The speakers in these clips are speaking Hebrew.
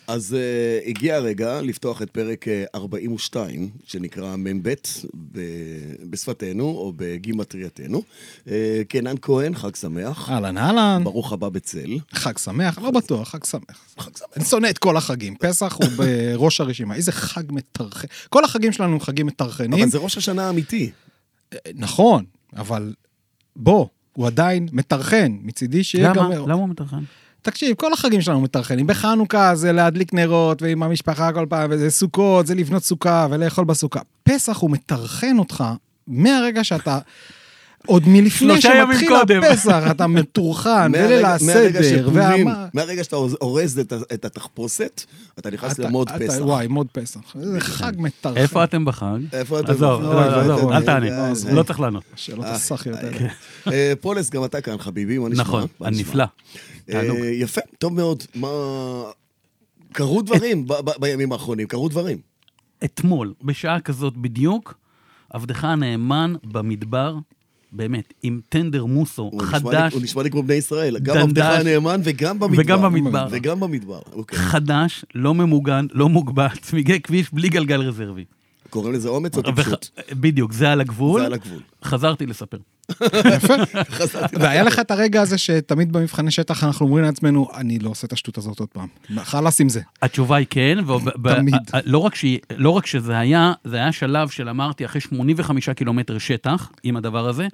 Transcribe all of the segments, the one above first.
אז הגיע הרגע לפתוח את פרק 42, שנקרא מבית בשפתנו, או בגימטרייתנו. קנן כהן, חג שמח. אהלן, אהלן. ברוך הבא בצל. חג שמח, לא בטוח, חג שמח. אני שונא את כל החגים. פסח הוא בראש הרשימה. איזה חג מטרחן. כל החגים שלנו הם חגים מטרחנים. אבל זה ראש השנה האמיתי. נכון, אבל בוא, הוא עדיין מטרחן. מצידי שיהיה גם... למה הוא מטרחן? תקשיב, כל החגים שלנו מטרחנים. בחנוכה זה להדליק נרות, ועם המשפחה כל פעם, וזה סוכות, זה לבנות סוכה, ולאכול בסוכה. פסח הוא מטרחן אותך, מהרגע שאתה, עוד מלפני שמתחיל הפסח, אתה מטורחן, וליל הסדר, מהרגע שאתה אורז את התחפושת, אתה נכנס למוד פסח. וואי, מוד פסח. זה חג מטרחן. איפה אתם בחג? איפה אתם עזוב, אל תענה, לא צריך לענות. שאלות הסחיות האלה. פולס, גם אתה כאן, חביבי, מה נשמע? נכון, הנפלא. יפה, טוב מאוד. קרו דברים בימים האחרונים, קרו דברים. אתמול, בשעה כזאת בדיוק, עבדך הנאמן במדבר, באמת, עם טנדר מוסו חדש. הוא נשמע לי כמו בני ישראל, גם עבדך הנאמן וגם במדבר. וגם במדבר. חדש, לא ממוגן, לא מוגבל, צמיגי כביש בלי גלגל רזרבי. קוראים לזה אומץ או טיפשות? בדיוק, זה על הגבול. זה על הגבול. חזרתי לספר. יפה. והיה לך את הרגע הזה שתמיד במבחני שטח אנחנו אומרים לעצמנו, אני לא עושה את השטות הזאת עוד פעם. חלס עם זה. התשובה היא כן, תמיד. לא רק שזה היה, זה היה שלב של אמרתי אחרי 85 קילומטר שטח עם הדבר הזה,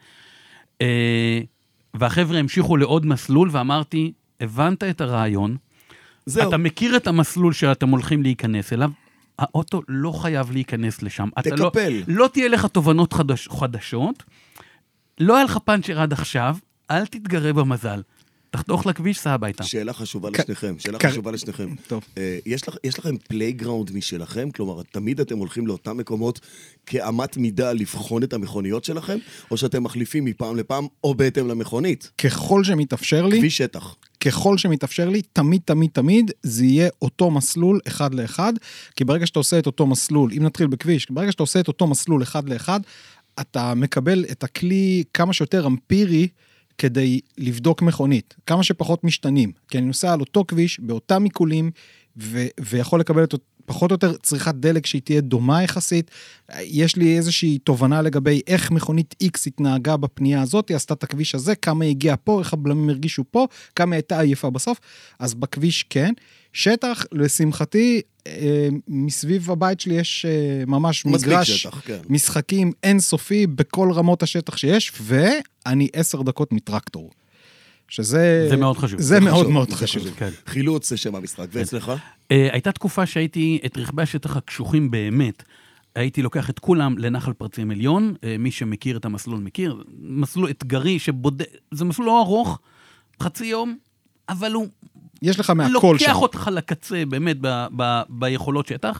והחבר'ה המשיכו לעוד מסלול ואמרתי, הבנת את הרעיון, אתה מכיר את המסלול שאתם הולכים להיכנס אליו, האוטו לא חייב להיכנס לשם. תקפל. לא תהיה לך תובנות חדשות, לא היה לך פאנצ'ר עד עכשיו, אל תתגרה במזל. תחתוך לכביש, סע הביתה. שאלה חשובה לשניכם. טוב. יש לכם פלייגראונד משלכם? כלומר, תמיד אתם הולכים לאותם מקומות כאמת מידה לבחון את המכוניות שלכם? או שאתם מחליפים מפעם לפעם, או בהתאם למכונית? ככל שמתאפשר לי... כביש שטח. ככל שמתאפשר לי, תמיד, זה יהיה אותו מסלול אחד לאחד, כי ברגע שאתה עושה את אותו מסלול, אם נתחיל בכביש, ברגע שאתה עושה את אותו מסלול אחד לאחד, אתה מקבל את הכלי כמה שיותר אמפירי, כדי לבדוק מכונית, כמה שפחות משתנים, כי אני נוסע על אותו כביש, באותם מיקולים, ויכול לקבל את פחות או יותר צריכת דלק שהיא תהיה דומה יחסית, יש לי איזושהי תובנה לגבי איך מכונית X התנהגה בפנייה הזאת, היא עשתה את הכביש הזה, כמה הגיע פה, איך הבלמים הרגישו פה, כמה הייתה עייפה בסוף, אז בכביש כן, שטח, לשמחתי, מסביב הבית שלי יש ממש מגרש משחקים אינסופי בכל רמות השטח שיש, ואני 10 דקות מטרקטור. שזה... זה מאוד חשוב. זה מאוד מאוד חשוב. חילוץ זה שם המשחק. ואצלך? הייתה תקופה שהייתי את רכבי השטח הקשוחים באמת, הייתי לוקח את כולם לנחל פרצים עליון, מי שמכיר את המסלול מכיר, מסלול אתגרי זה מסלול לא ארוך, חצי יום, אבל הוא... יש לך מהכל שם. לוקח אותך לקצה, באמת, ביכולות שטח.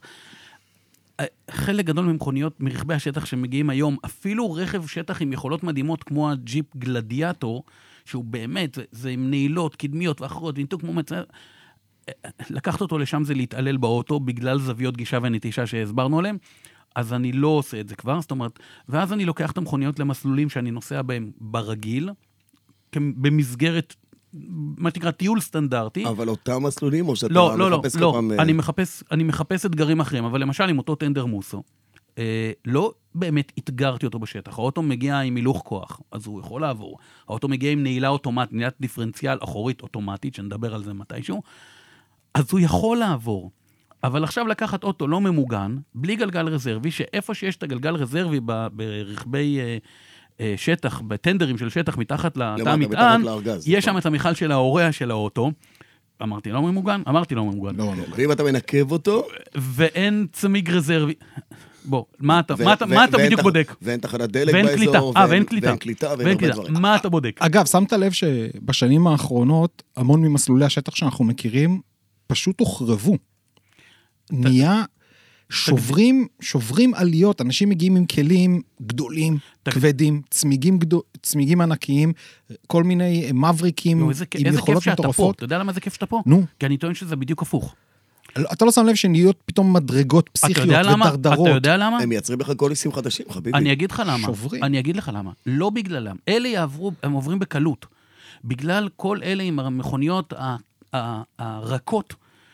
חלק גדול ממכוניות, מרכבי השטח שמגיעים היום, אפילו רכב שטח עם יכולות מדהימות, כמו הג'יפ גלדיאטור, שהוא באמת, זה עם נעילות, קדמיות ואחרות, וינתוק כמו מצב, לקחת אותו לשם זה להתעלל באוטו, בגלל זוויות גישה ונטישה שהסברנו עליהם, אז אני לא עושה את זה כבר, זאת אומרת, ואז אני לוקח את המכוניות למסלולים שאני נוסע בהם ברגיל, במסגרת מה שנקרא טיול סטנדרטי. אבל אותם מסלולים, או שאתה מחפש לא, פעם... אני מחפש אתגרים אחרים, אבל למשל עם אותו טנדר מוסו, לא באמת התגרתי אותו בשטח. האוטו מגיע עם הילוך כוח, אז הוא יכול לעבור. האוטו מגיע עם נעילה אוטומטית, נעילת דיפרנציאל אחורית אוטומטית, שנדבר על זה מתישהו, אז הוא יכול לעבור. אבל עכשיו לקחת אוטו לא ממוגן, בלי גלגל רזרבי, שאיפה שיש את הגלגל רזרבי ברכבי... שטח, בטנדרים של שטח מתחת לתא המטען, יש שם את המכל של ההוריה של האוטו, אמרתי לא ממוגן? אמרתי לא ממוגן. ואם אתה מנקב אותו? ואין צמיג רזרבי. בוא, מה אתה בדיוק בודק? ואין תחנת דלק באזור, ואין קליטה, מה אתה בודק? אגב, שמת לב שבשנים האחרונות, המון ממסלולי השטח שאנחנו מכירים, פשוט הוחרבו. נהיה... שוברים עליות, אנשים מגיעים עם כלים גדולים, כבדים, צמיגים ענקיים, כל מיני מבריקים עם יכולות מטורפות. אתה יודע למה זה כיף שאתה פה? נו. כי אני טוען שזה בדיוק הפוך. אתה לא שם לב שנהיות פתאום מדרגות פסיכיות ודרדרות. אתה יודע למה? הם מייצרים לך קוליסים חדשים, חביבי. אני אגיד לך למה. לא בגללם. אלה יעברו, הם עוברים בקלות. בגלל כל אלה עם המכוניות הרכות,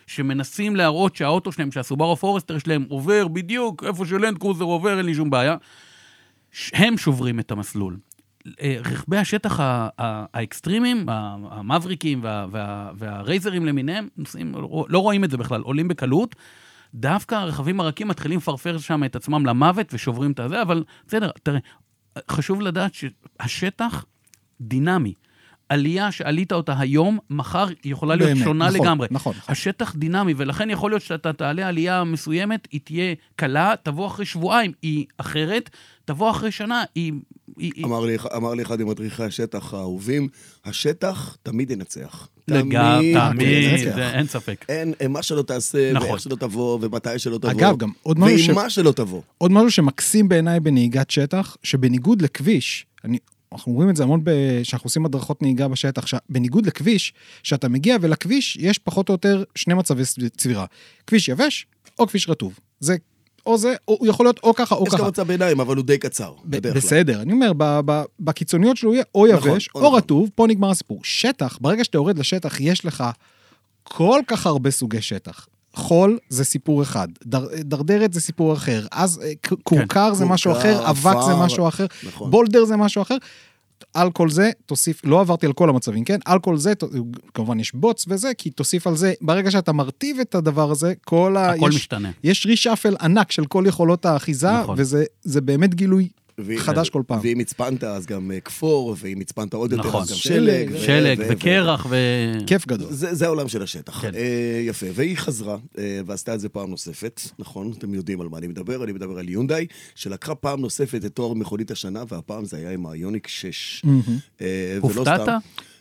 שמנסים להראות שהאוטו שלהם, שהסובארו פורסטר שלהם עובר בדיוק איפה שלנד קרוזר עובר, אין לי שום בעיה, הם שוברים את המסלול. רכבי השטח האקסטרימיים, המבריקים והרייזרים למיניהם, לא רואים את זה בכלל, עולים בקלות, דווקא הרכבים הרכים מתחילים לפרפר שם את עצמם למוות ושוברים את זה, אבל בסדר, תראה, חשוב לדעת שהשטח דינמי. עלייה שעלית אותה היום, מחר יכולה להיות באמת, שונה נכון, לגמרי. נכון. השטח דינמי, ולכן יכול להיות שאתה תעלה עלייה מסוימת, היא תהיה קלה, תבוא אחרי שבועיים, היא אחרת, תבוא אחרי שנה, היא... אמר לי אחד עם מדריכי השטח האהובים, השטח תמיד ינצח. תמיד, אין ספק. אין, מה שלא תעשה, ואיך שלא תבוא, ומתי שלא תבוא. אגב, גם עוד משהו ועם מה שלא תבוא. עוד משהו שמקסים בעיניי בנהיגת שטח, שבניגוד לכביש, אנחנו רואים את זה המון שאנחנו עושים הדרכות נהיגה בשטח, בניגוד לכביש, שאתה מגיע ולכביש יש פחות או יותר שני מצבי צבירה. כביש יבש או כביש רטוב. זה או זה, או יכול להיות או ככה או ככה. יש גם מצב ביניים, אבל הוא די קצר. בסדר, אני אומר, בקיצוניות שלו יהיה או יבש או רטוב, פה נגמר הסיפור. שטח, ברגע שאתה יורד לשטח, יש לך כל כך הרבה סוגי שטח. חול זה סיפור אחד, דרדרת זה סיפור אחר, אז קורקר זה משהו אחר, אבק זה משהו אחר, בולדר זה משהו אחר, על כל זה תוסיף, לא עברתי על כל המצבים, כן? על כל זה, כמובן יש בוץ וזה, כי תוסיף על זה, ברגע שאתה מרטיב את הדבר הזה, הכל משתנה. יש רישאפל ענק של כל יכולות האחיזה, וזה באמת גילוי חדש כל פעם. ואם הצפנת, אז גם כפור, ואם הצפנת עוד יותר, נכון. אז גם שלג. שלג וקרח כיף גדול. זה העולם של השטח. כן. יפה. והיא חזרה, ועשתה את זה פעם נוספת, נכון? אתם יודעים על מה אני מדבר על יונדאי, שלקחה פעם נוספת את תואר מכונית השנה, והפעם זה היה עם היוניק 6. הופתעת?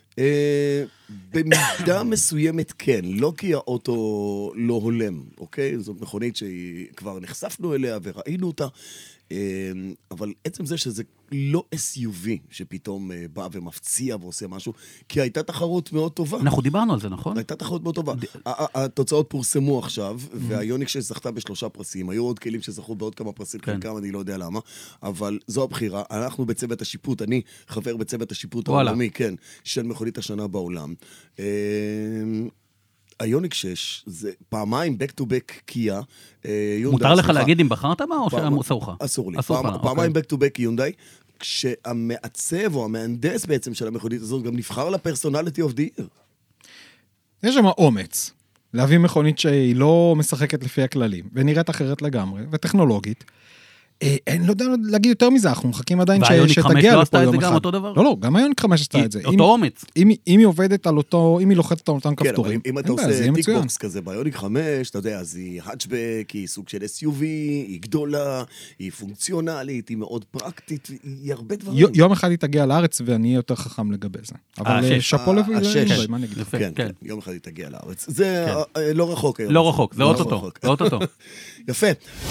במידה מסוימת כן, לא כי האוטו לא הולם, אוקיי? זאת מכונית שכבר נחשפנו אליה וראינו אותה, אבל עצם זה שזה לא SUV שפתאום בא ומפציע ועושה משהו, כי הייתה תחרות מאוד טובה. אנחנו דיברנו על זה, נכון? הייתה תחרות מאוד טובה. התוצאות פורסמו עכשיו, והיוניק 6 זכתה ב3 פרסים, היו עוד כלים שזכו בעוד כמה פרסים, חלקם אני לא יודע למה, אבל זו הבחירה. אנחנו בצוות השיפוט, אני חבר בצוות השיפוט העולמי, כן, של מכונית השנה בעולם. היוניק 6 זה פעמיים back to back קיה. מותר לך להגיד אם בחרת בה או שאסור לך? אסור לי. פעמיים back to back יונדאי, כשהמעצב או המהנדס בעצם של המכונית הזאת גם נבחר לפרסונליטי אוף די עיר. יש שם אומץ להביא מכונית שהיא לא משחקת לפי הכללים, ונראית אחרת לגמרי, וטכנולוגית. אני לא יודע להגיד יותר מזה, אנחנו מחכים עדיין שתגיע לפה יום אחד. והיוניק 5 לא עשתה את זה גם אותו דבר? לא, גם היוניק 5 עשתה את זה. אותו אומץ. אם היא עובדת על אותו, אם היא לוחצת על אותם כפתורים, אם אתה עושה טיקבוקס כזה ביוניק 5, אתה יודע, אז היא האצ'בק, היא סוג של SUV, היא גדולה, היא פונקציונלית, היא מאוד פרקטית, היא הרבה דברים. יום אחד היא תגיע לארץ ואני אהיה יותר חכם לגבי זה. אבל שפו השש. מה נגיד? כן, יום אחד היא תגיע לארץ. זה לא רחוק היום. לא רחוק, זה אוטוטו. יפה.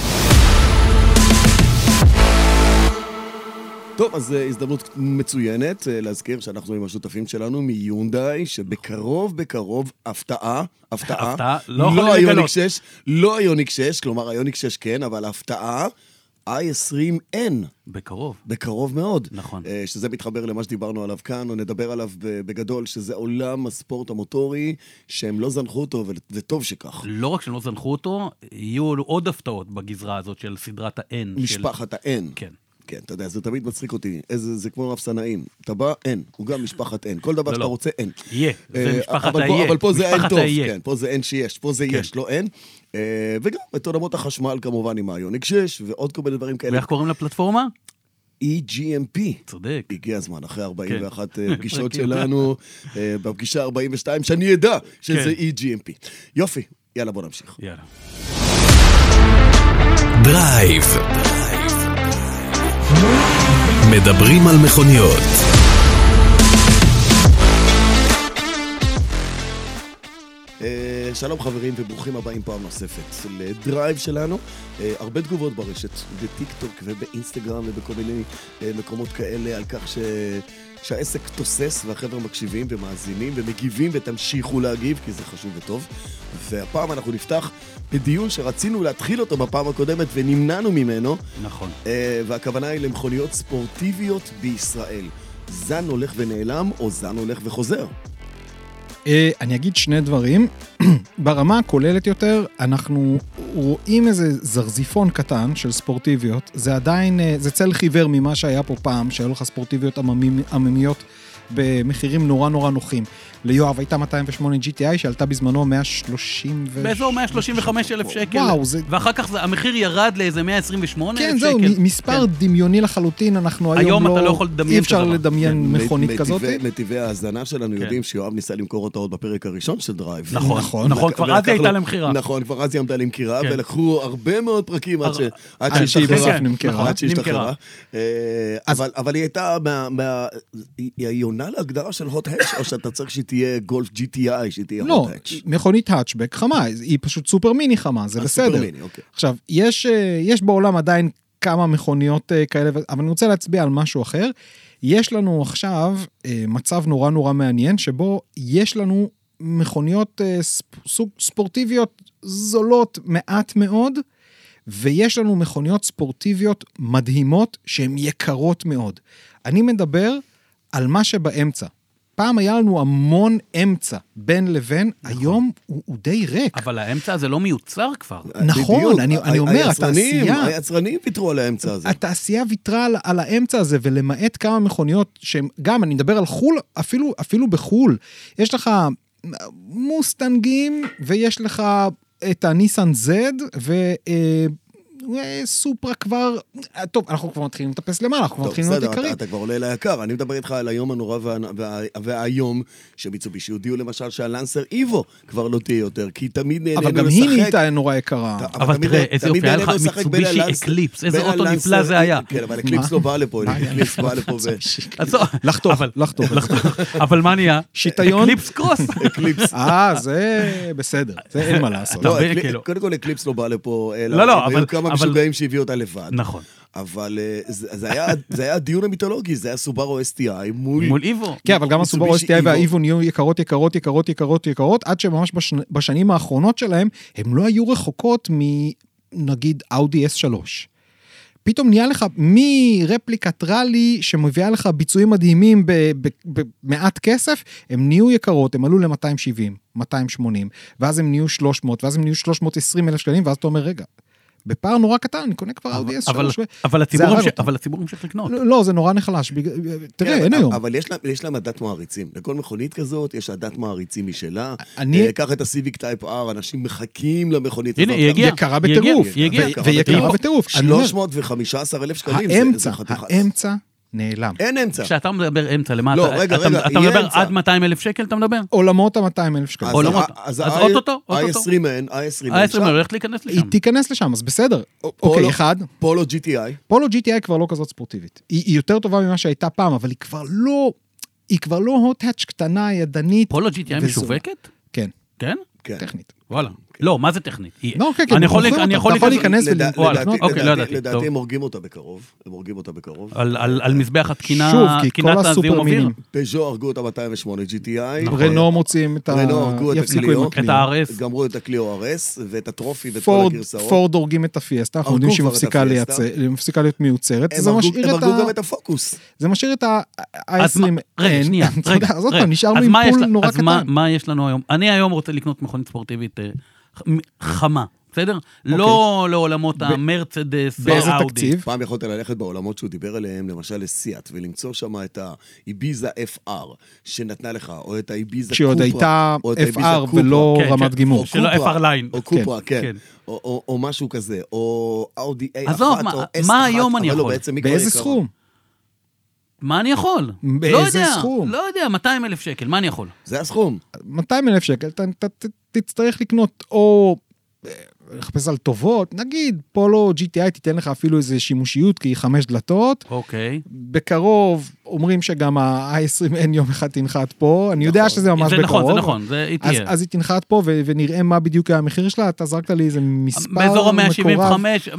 טוב, אז הזדמנות מצוינת להזכיר שאנחנו עם השותפים שלנו מיונדאי, שבקרוב, הפתעה, לא היוניק 6, לא היוניק 6, כלומר היוניק 6 כן, אבל הפתעה, i20N. בקרוב מאוד. נכון. שזה מתחבר למה שדיברנו עליו כאן, או נדבר עליו בגדול, שזה עולם הספורט המוטורי, שהם לא זנחו אותו, וטוב שכך. לא רק שהם לא זנחו אותו, יהיו עוד הפתעות בגזרה הזאת של סדרת ה-N. משפחת ה-N. כן. כן, אתה יודע, זה תמיד מצחיק אותי. זה כמו אפסנאים. אתה בא, אין. הוא גם משפחת אין. כל דבר שאתה רוצה, אין. יהיה. זה משפחת היהיה. אבל פה זה אין טוב. כן, פה זה אין שיש. פה זה יש, לא אין. וגם את עולמות החשמל, כמובן, עם היוניק 6, ועוד כל מיני דברים כאלה. ואיך קוראים לפלטפורמה? EGMP. צודק. הגיע הזמן, אחרי 41 פגישות שלנו, בפגישה 42, שאני אדע שזה EGMP. יופי. יאללה, בוא נמשיך. יאללה. דרייב. מדברים על מכוניות. שלום חברים וברוכים הבאים פעם נוספת לדרייב שלנו. הרבה תגובות ברשת, בטיק טוק ובאינסטגרם ובכל מיני מקומות כאלה על כך שהעסק תוסס והחבר'ה מקשיבים ומאזינים ומגיבים ותמשיכו להגיב כי זה חשוב וטוב. והפעם אנחנו נפתח בדיון שרצינו להתחיל אותו בפעם הקודמת ונמנענו ממנו. נכון. והכוונה היא למכוניות ספורטיביות בישראל. זן הולך ונעלם או זן הולך וחוזר? אני אגיד שני דברים. ברמה הכוללת יותר, אנחנו רואים איזה זרזיפון קטן של ספורטיביות. זה עדיין, זה צל חיוור ממה שהיה פה פעם, שהיו לך ספורטיביות עממיות במחירים נורא נורא נוחים. ליואב הייתה 208 GTI שעלתה בזמנו 130 באזור 135,000 שקל. וואו, ואחר כך המחיר ירד לאיזה 128,000 שקל. כן, זהו, מספר דמיוני לחלוטין, אנחנו היום אתה לא יכול לדמיין אי אפשר לדמיין מכונית כזאת. מטיבי ההזנה שלנו יודעים שיואב ניסה למכור אותה עוד בפרק הראשון של דרייב. נכון, כבר אז היא הייתה למכירה. נכון, כבר אז היא עמדה למכירה, ולקחו הרבה מאוד פרקים עד שהשתחררה. אבל היא הייתה, היא עונה להגדרה של הוט האץ' או שאתה צריך שהיא תהיה גולף GTI, שהיא תהיה הוט האץ'? לא, מכונית האצ'בק חמה, היא פשוט סופר מיני חמה, זה בסדר. עכשיו, יש בעולם עדיין כמה מכוניות כאלה, אבל אני רוצה להצביע על משהו אחר. יש לנו עכשיו מצב נורא נורא מעניין, שבו יש לנו מכוניות ספורטיביות זולות מעט מאוד, ויש לנו מכוניות ספורטיביות מדהימות שהן יקרות מאוד. אני מדבר על מה שבאמצע. פעם היה לנו המון אמצע בין לבין, היום הוא די ריק. אבל האמצע הזה לא מיוצר כבר. נכון, אני אומר, היצרנים ויתרו על האמצע הזה. התעשייה ויתרה על האמצע הזה, ולמעט כמה מכוניות, שגם, אני מדבר על חול, אפילו בחול, יש לך מוסטנגים, ויש לך את הניסן זד, סופרה כבר, טוב, אנחנו כבר מתחילים לטפס למעלה, אנחנו כבר מתחילים להיות יקרים. אתה כבר עולה ליקר, אני מדבר איתך על היום הנורא והיום, שמיצובישי הודיעו למשל שהלנסר איבו כבר לא תהיה יותר, כי תמיד נהנינו לשחק. אבל גם היא נהייתה נורא יקרה. אבל תראה, איזה יופי, היה לך מיצובישי אקליפס, איזה אוטו נפלא זה היה. כן, אבל אקליפס לא בא לפה, אקליפס בא לפה לחתוך. אבל מה נהיה? שיטיון? אקליפס קרוס. זה בסדר, זה אין מה לעשות. קודם כל אקליפס לא בא לפה, משוגעים שהביאו אותה לבד. נכון. אבל זה היה הדיון המיתולוגי, זה היה סובארו STI מול איבו. כן, אבל גם הסובארו STI והאיבו נהיו יקרות, עד שממש בשנים האחרונות שלהם, הם לא היו רחוקות מנגיד אאודי S3. פתאום נהיה לך מרפליקת רלי, שמביאה לך ביצועים מדהימים במעט כסף, הם נהיו יקרות, הם עלו ל-270, 280, ואז הם נהיו 300, ואז הם נהיו 320,000 שקלים, ואז אתה אומר, רגע, בפער נורא קטן, אני קונה כבר אאודי S3. אבל הציבור המשך לקנות. לא, זה נורא נחלש. תראה, אין היום. אבל יש להם עדת מעריצים. לכל מכונית כזאת יש עדת מעריצים משלה. קח את הסיביק טייפ R, אנשים מחכים למכונית הזאת. הנה, יגיע. יקרה בטירוף. ויקרה בטירוף. 315,000 שקלים. האמצע נעלם. אין אמצע. כשאתה מדבר אמצע, למה לא, רגע, אתה מדבר עד 200,000 שקל, אתה מדבר? עולמות ה-200,000 שקל. אז אוטוטו. ה-20N הולכת להיכנס לשם. היא תיכנס לשם, אז בסדר. אוקיי, אחד. פולו GTI. פולו GTI כבר לא כזאת ספורטיבית. היא יותר טובה ממה שהייתה פעם, אבל היא כבר לא הוט-האץ' קטנה, ידנית. פולו GTI משווקת? כן. כן? טכנית. וואלה. לא, מה זה טכנית? לא, כן, אני יכול להיכנס לדעתי הם הורגים אותה בקרוב. על מזבח התקינה, שוב, כי כל הסופר מינים. פז'ו הרגו את ה-208 GTI. רנו מוצאים את ה-RS. גמרו את הקליו RS ואת הטרופי ואת כל הגרסאות. פורד הורגים את הפיאסטה, אנחנו יודעים שהיא מפסיקה להיות מיוצרת. הם הרגו גם את הפוקוס. זה משאיר את ה-20. רגע, שנייה. אז עוד פעם, נשארנו עם פול נורא קטן. אז מה יש לנו היום? אני היום רוצה לקנות מכונית ספורטיבית חמה, בסדר? לא לעולמות המרצדס, באיזה תקציב? פעם יכולת ללכת בעולמות שהוא דיבר עליהם, למשל לסיאט, ולמצוא שם את האיביזה FR שנתנה לך, או את האיביזה קופרה. כשעוד הייתה FR ולא רמת גימור. שלא FR ליין. או קופרה, כן. או משהו כזה, או אאודי A1, עזוב, מה היום אני יכול? באיזה סכום? מה אני יכול? באיזה סכום? לא יודע, 200,000 שקל, מה אני יכול? זה הסכום. 200,000 שקל, אתה תצטרך לקנות או לחפש על טובות, נגיד פולו GTI תיתן לך אפילו איזו שימושיות, כי היא 5 דלתות. אוקיי. בקרוב אומרים שגם ה-20N יום אחד תנחת פה, אני יודע שזה ממש בקרוב. זה נכון, היא תהיה. אז היא תנחת פה ונראה מה בדיוק המחיר שלה, אתה זרקת לי איזה מספר באזור ה-175,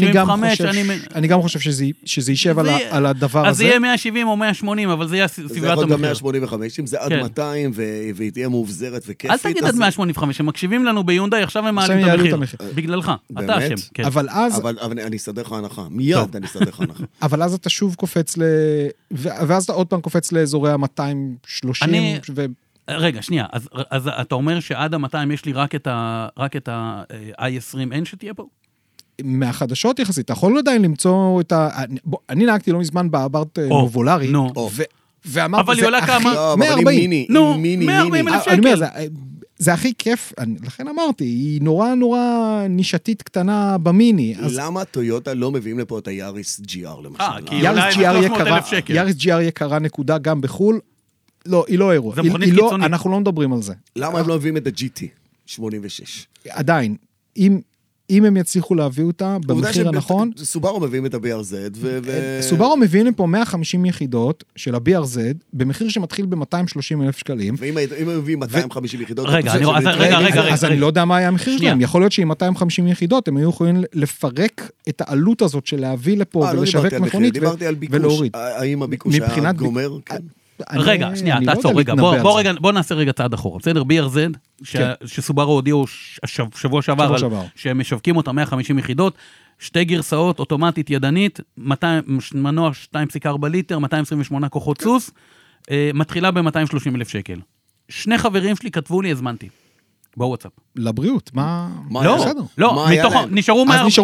אני גם חושב שזה יישב על הדבר הזה. אז זה יהיה 170 או 180, אבל זה יהיה סביבת המחיר. זה יכול גם 185, אם זה עד 200 והיא תהיה מאובזרת וכיפית. אל תגיד עד 185, הם מקשיבים לנו ביונדאי, עכשיו הם מעלים את המחיר. בגללך, אתה אשם. אבל אני אסדר לך הנחה, מיד אני אסדר לך הנחה. אבל אז אתה שוב קופץ ואז אתה עוד פעם קופץ לאזורי ה-230, רגע, שנייה, אז אתה אומר שעד ה-200 יש לי רק את ה-i20N שתהיה פה? מהחדשות יחסית, אתה יכול עדיין למצוא את ה... אני נהגתי לא מזמן באברט נובולרי, ואמרתי, אבל היא עולה כמה? 140. נו, 140,000 שקל. אני אומר, זה הכי כיף, לכן אמרתי, היא נורא נורא נישתית קטנה במיני. למה טויוטה לא מביאים לפה את היאריס GR למשל? כי אולי 300,000 שקל. יאריס GR יקרה נקודה גם בחול, לא, היא לא אירוע. זה מכונית קיצונית. אנחנו לא מדברים על זה. למה הם לא מביאים את ה-GT 86? עדיין, אם הם יצליחו להביא אותה במחיר הנכון... סובארו מביאים את ה-BRZ סובארו מביאים לפה 150 יחידות של ה-BRZ, במחיר שמתחיל ב-230,000 שקלים. ואם הם מביאים 250 יחידות... רגע, אז אני לא יודע מה היה המחיר שלהם. יכול להיות שעם 250 יחידות, הם היו יכולים לפרק את העלות הזאת של להביא לפה ולשווק מכונית ולהוריד. האם הביקוש היה גומר? רגע, שנייה, תעצור, רגע, בוא נעשה רגע צעד אחורה, בסדר? BRZ, שסובארו הודיעו שבוע שעבר, שהם משווקים אותה 150 יחידות, שתי גרסאות, אוטומטית ידנית, מנוע 2.4 ליטר, 228 כוחות סוס, מתחילה ב-230,000 שקל. שני חברים שלי כתבו לי, הזמנתי. בוואטסאפ. לבריאות, מה... לא, נשארו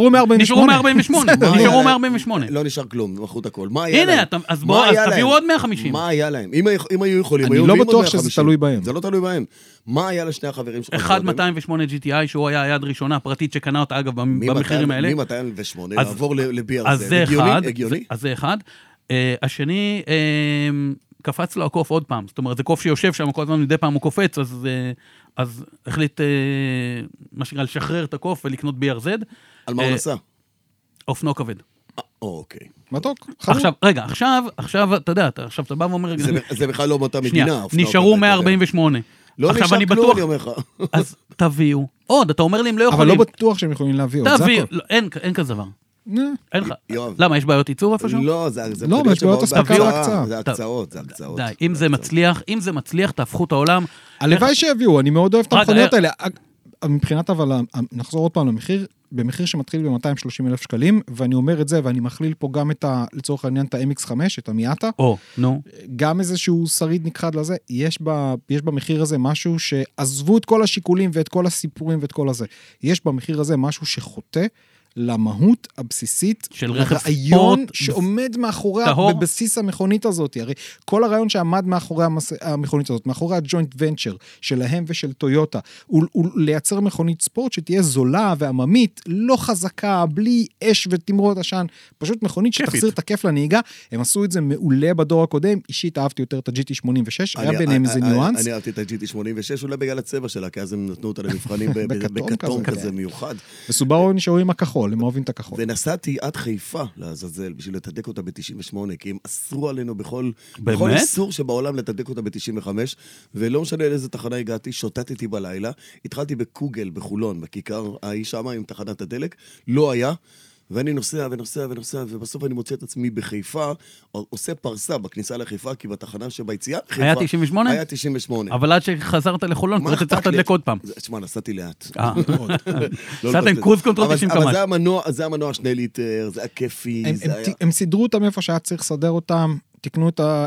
148. לא נשאר כלום, מכרו את הכל. מה היה להם? הנה, אז תביאו עוד 150. מה היה להם? אם היו יכולים, אני לא בטוח שזה תלוי בהם. זה לא תלוי בהם. מה היה לשני החברים שלך? אחד 208 GTI, שהוא היה היד ראשונה פרטית שקנה אותה, אגב, במחירים האלה. מ-208 לעבור ל-BRZ. אז זה אחד. אז זה אחד. השני... קפץ לו הקוף עוד פעם, זאת אומרת, זה קוף שיושב שם, כל הזמן מדי פעם הוא קופץ, אז החליט, מה שנקרא, לשחרר את הקוף ולקנות BRZ. על מה הוא נסע? אופנוע כבד. אוקיי. מתוק. עכשיו, אתה יודע, עכשיו אתה בא ואומר... זה בכלל לא באותה מדינה. נשארו 148. לא נשאר כלום, אני אומר לך. אז תביאו. עוד, אתה אומר לי, הם לא יכולים. אבל לא בטוח שהם יכולים להביא עוד, זה הכל. אין כזה דבר. אין לך. למה, יש בעיות ייצור איפשהו? לא, זה בעיות הספקה להקצאה. זה הקצאות. די, אם זה מצליח, תהפכו את העולם. הלוואי שיביאו, אני מאוד אוהב את המכוניות האלה. מבחינת אבל, נחזור עוד פעם למחיר, במחיר שמתחיל ב-230,000 שקלים, ואני אומר את זה, ואני מכליל פה גם לצורך העניין את ה-MX5, את המיאטה. גם איזשהו שריד נכחד לזה, יש במחיר הזה משהו שעזבו את כל השיקולים ואת כל הסיפורים ואת כל הזה. יש במחיר הזה משהו שחוטא למהות הבסיסית, של רכב ספורט, הרעיון שעומד מאחוריה בבסיס המכונית הזאת. הרי כל הרעיון שעמד מאחורי המכונית הזאת, מאחורי הג'וינט ונצ'ר שלהם ושל טויוטה, הוא לייצר מכונית ספורט שתהיה זולה ועממית, לא חזקה, בלי אש ותמרות עשן, פשוט מכונית שתחזיר את הכיף לנהיגה. הם עשו את זה מעולה בדור הקודם, אישית אהבתי יותר את ה-GT86, היה ביניהם איזה ניואנס. אני אהבתי את ה-GT86, אולי בגלל הצבע שלה, כי אז הם נתנו אותה למבחנים בכתום כזה מיוחד. וסובארו נשארו עם הכחול. הם אוהבים את הכחול. ונסעתי עד חיפה לעזאזל, בשביל לתדק אותה ב-98, כי הם אסרו עלינו בכל איסור שבעולם לתדק אותה ב-95, ולא משנה לאיזה תחנה הגעתי, שוטטתי בלילה, התחלתי בקוגל, בחולון, בכיכר ההיא שמה עם תחנת הדלק, לא היה, ואני נוסע, ובסוף אני מוצא את עצמי בחיפה, עושה פרסה בכניסה לחיפה, כי בתחנה שביציאה, היה 98? היה 98. אבל עד שחזרת לחולון, כבר צריך לתדלק עוד פעם. תשמע, נסעתי לאט. נסעת עם קרוז קונטרול 90 קמ"ש. אבל זה המנוע 2 ליטר, זה היה כיפי. הם סידרו אותם איפה שהיה צריך לסדר אותם, תקנו